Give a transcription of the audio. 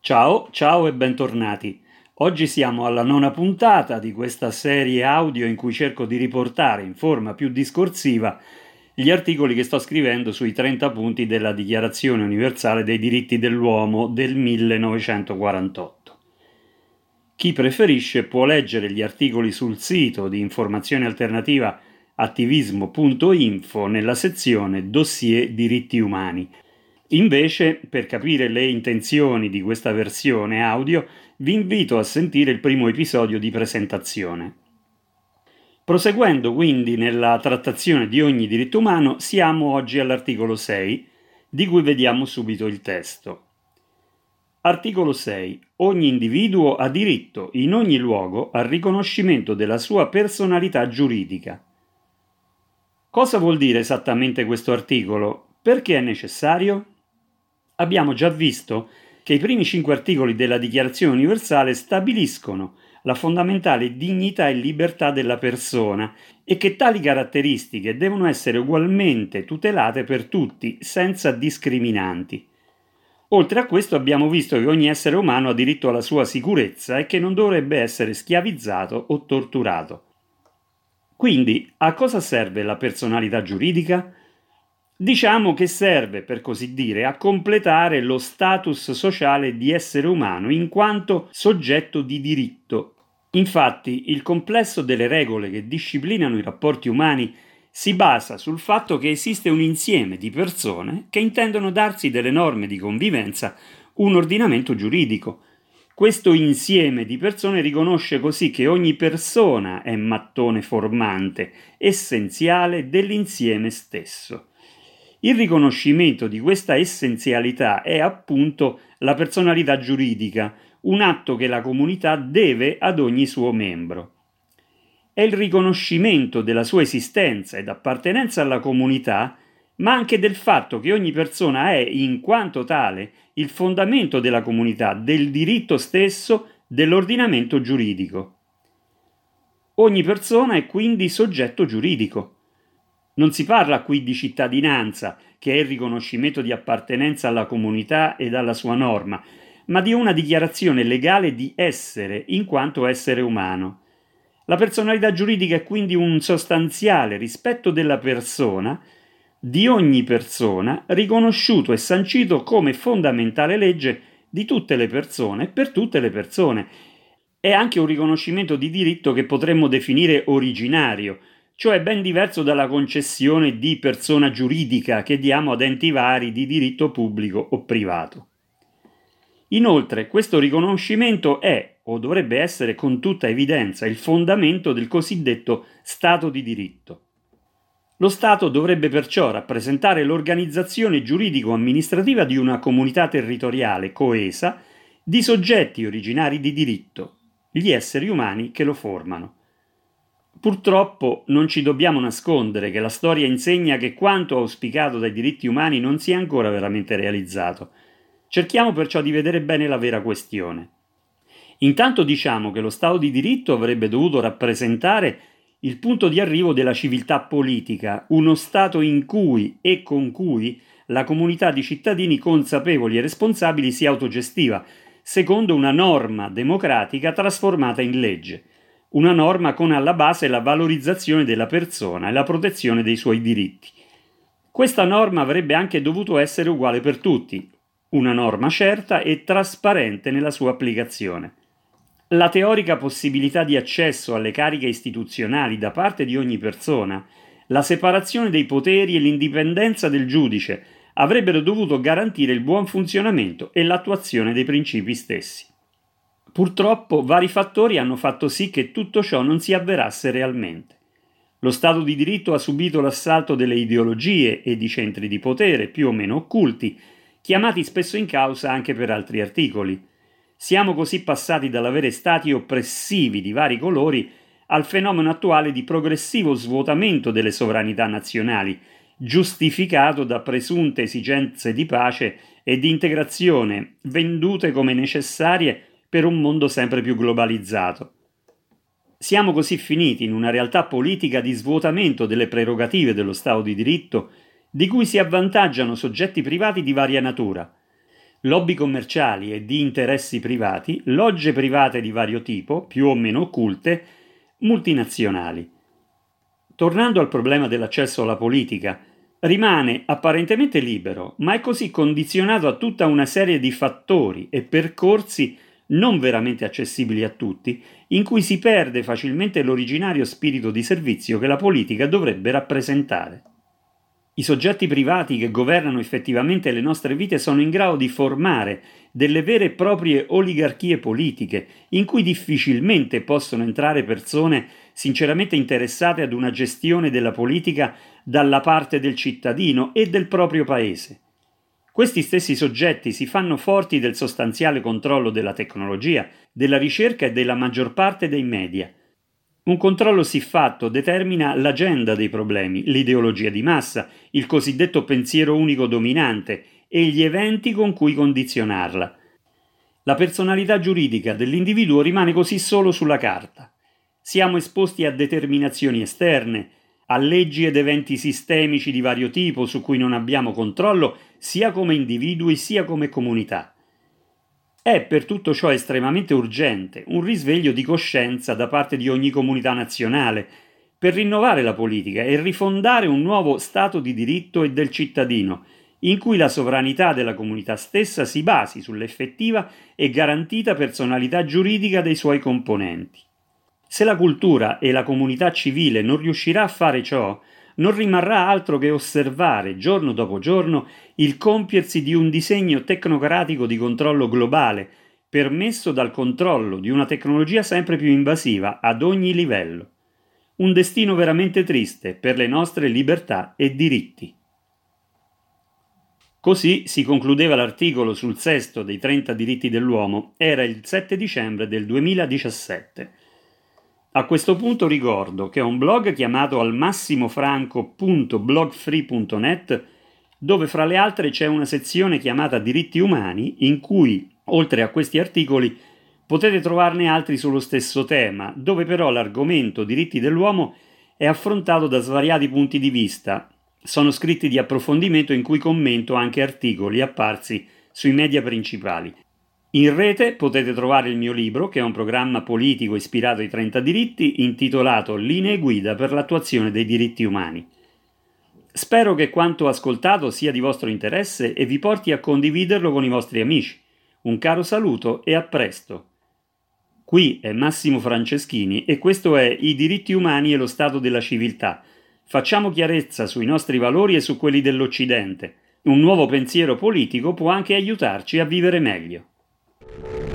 Ciao, ciao e bentornati. Oggi siamo alla nona puntata di questa serie audio in cui cerco di riportare in forma più discorsiva gli articoli che sto scrivendo sui 30 punti della Dichiarazione universale dei diritti dell'uomo del 1948. Chi preferisce può leggere gli articoli sul sito di informazione alternativa attivismo.info nella sezione Dossier diritti umani. Invece, per capire le intenzioni di questa versione audio, vi invito a sentire il primo episodio di presentazione. Proseguendo quindi nella trattazione di ogni diritto umano, siamo oggi all'articolo 6, di cui vediamo subito il testo. Articolo 6. Ogni individuo ha diritto in ogni luogo al riconoscimento della sua personalità giuridica. Cosa vuol dire esattamente questo articolo? Perché è necessario? Abbiamo già visto che i primi 5 articoli della Dichiarazione universale stabiliscono la fondamentale dignità e libertà della persona e che tali caratteristiche devono essere ugualmente tutelate per tutti, senza discriminanti. Oltre a questo abbiamo visto che ogni essere umano ha diritto alla sua sicurezza e che non dovrebbe essere schiavizzato o torturato. Quindi, a cosa serve la personalità giuridica? Diciamo che serve, per così dire, a completare lo status sociale di essere umano in quanto soggetto di diritto. Infatti, il complesso delle regole che disciplinano i rapporti umani si basa sul fatto che esiste un insieme di persone che intendono darsi delle norme di convivenza, un ordinamento giuridico. Questo insieme di persone riconosce così che ogni persona è mattone formante, essenziale dell'insieme stesso. Il riconoscimento di questa essenzialità è appunto la personalità giuridica, un atto che la comunità deve ad ogni suo membro. È il riconoscimento della sua esistenza ed appartenenza alla comunità, ma anche del fatto che ogni persona è, in quanto tale, il fondamento della comunità, del diritto stesso, dell'ordinamento giuridico. Ogni persona è quindi soggetto giuridico. Non si parla qui di cittadinanza, che è il riconoscimento di appartenenza alla comunità ed alla sua norma, ma di una dichiarazione legale di essere in quanto essere umano. La personalità giuridica è quindi un sostanziale rispetto della persona, di ogni persona, riconosciuto e sancito come fondamentale legge di tutte le persone, per tutte le persone. È anche un riconoscimento di diritto che potremmo definire originario, cioè ben diverso dalla concessione di persona giuridica che diamo ad enti vari di diritto pubblico o privato. Inoltre, questo riconoscimento è, o dovrebbe essere con tutta evidenza, il fondamento del cosiddetto Stato di diritto. Lo Stato dovrebbe perciò rappresentare l'organizzazione giuridico-amministrativa di una comunità territoriale coesa di soggetti originari di diritto, gli esseri umani che lo formano. Purtroppo non ci dobbiamo nascondere che la storia insegna che quanto auspicato dai diritti umani non si è ancora veramente realizzato. Cerchiamo perciò di vedere bene la vera questione. Intanto diciamo che lo Stato di diritto avrebbe dovuto rappresentare il punto di arrivo della civiltà politica, uno Stato in cui e con cui la comunità di cittadini consapevoli e responsabili si autogestiva, secondo una norma democratica trasformata in legge. Una norma con alla base la valorizzazione della persona e la protezione dei suoi diritti. Questa norma avrebbe anche dovuto essere uguale per tutti, una norma certa e trasparente nella sua applicazione. La teorica possibilità di accesso alle cariche istituzionali da parte di ogni persona, la separazione dei poteri e l'indipendenza del giudice avrebbero dovuto garantire il buon funzionamento e l'attuazione dei principi stessi. Purtroppo vari fattori hanno fatto sì che tutto ciò non si avverasse realmente. Lo Stato di diritto ha subito l'assalto delle ideologie e di centri di potere più o meno occulti, chiamati spesso in causa anche per altri articoli. Siamo così passati dall'avere stati oppressivi di vari colori al fenomeno attuale di progressivo svuotamento delle sovranità nazionali, giustificato da presunte esigenze di pace e di integrazione vendute come necessarie per un mondo sempre più globalizzato. Siamo così finiti in una realtà politica di svuotamento delle prerogative dello Stato di diritto, di cui si avvantaggiano soggetti privati di varia natura. lobby commerciali e di interessi privati, logge private di vario tipo, più o meno occulte, multinazionali. Tornando al problema dell'accesso alla politica, rimane apparentemente libero, ma è così condizionato a tutta una serie di fattori e percorsi non veramente accessibili a tutti, in cui si perde facilmente l'originario spirito di servizio che la politica dovrebbe rappresentare. I soggetti privati che governano effettivamente le nostre vite sono in grado di formare delle vere e proprie oligarchie politiche, in cui difficilmente possono entrare persone sinceramente interessate ad una gestione della politica dalla parte del cittadino e del proprio paese. Questi stessi soggetti si fanno forti del sostanziale controllo della tecnologia, della ricerca e della maggior parte dei media. Un controllo siffatto determina l'agenda dei problemi, l'ideologia di massa, il cosiddetto pensiero unico dominante e gli eventi con cui condizionarla. La personalità giuridica dell'individuo rimane così solo sulla carta. Siamo esposti a determinazioni esterne, a leggi ed eventi sistemici di vario tipo su cui non abbiamo controllo sia come individui sia come comunità. È per tutto ciò estremamente urgente un risveglio di coscienza da parte di ogni comunità nazionale per rinnovare la politica e rifondare un nuovo stato di diritto e del cittadino, in cui la sovranità della comunità stessa si basi sull'effettiva e garantita personalità giuridica dei suoi componenti. Se la cultura e la comunità civile non riuscirà a fare ciò, non rimarrà altro che osservare giorno dopo giorno il compiersi di un disegno tecnocratico di controllo globale, permesso dal controllo di una tecnologia sempre più invasiva ad ogni livello. Un destino veramente triste per le nostre libertà e diritti. Così si concludeva l'articolo sul sesto dei 30 diritti dell'uomo, era il 7 dicembre del 2017. A questo punto ricordo che ho un blog chiamato almassimofranco.blogfree.net dove fra le altre c'è una sezione chiamata Diritti Umani in cui, oltre a questi articoli, potete trovarne altri sullo stesso tema, dove però l'argomento diritti dell'uomo è affrontato da svariati punti di vista. Sono scritti di approfondimento in cui commento anche articoli apparsi sui media principali. In rete potete trovare il mio libro, che è un programma politico ispirato ai 30 diritti, intitolato Linee guida per l'attuazione dei diritti umani. Spero che quanto ascoltato sia di vostro interesse e vi porti a condividerlo con i vostri amici. Un caro saluto e a presto. Qui è Massimo Franceschini e questo è I diritti umani e lo stato della civiltà. Facciamo chiarezza sui nostri valori e su quelli dell'Occidente. Un nuovo pensiero politico può anche aiutarci a vivere meglio.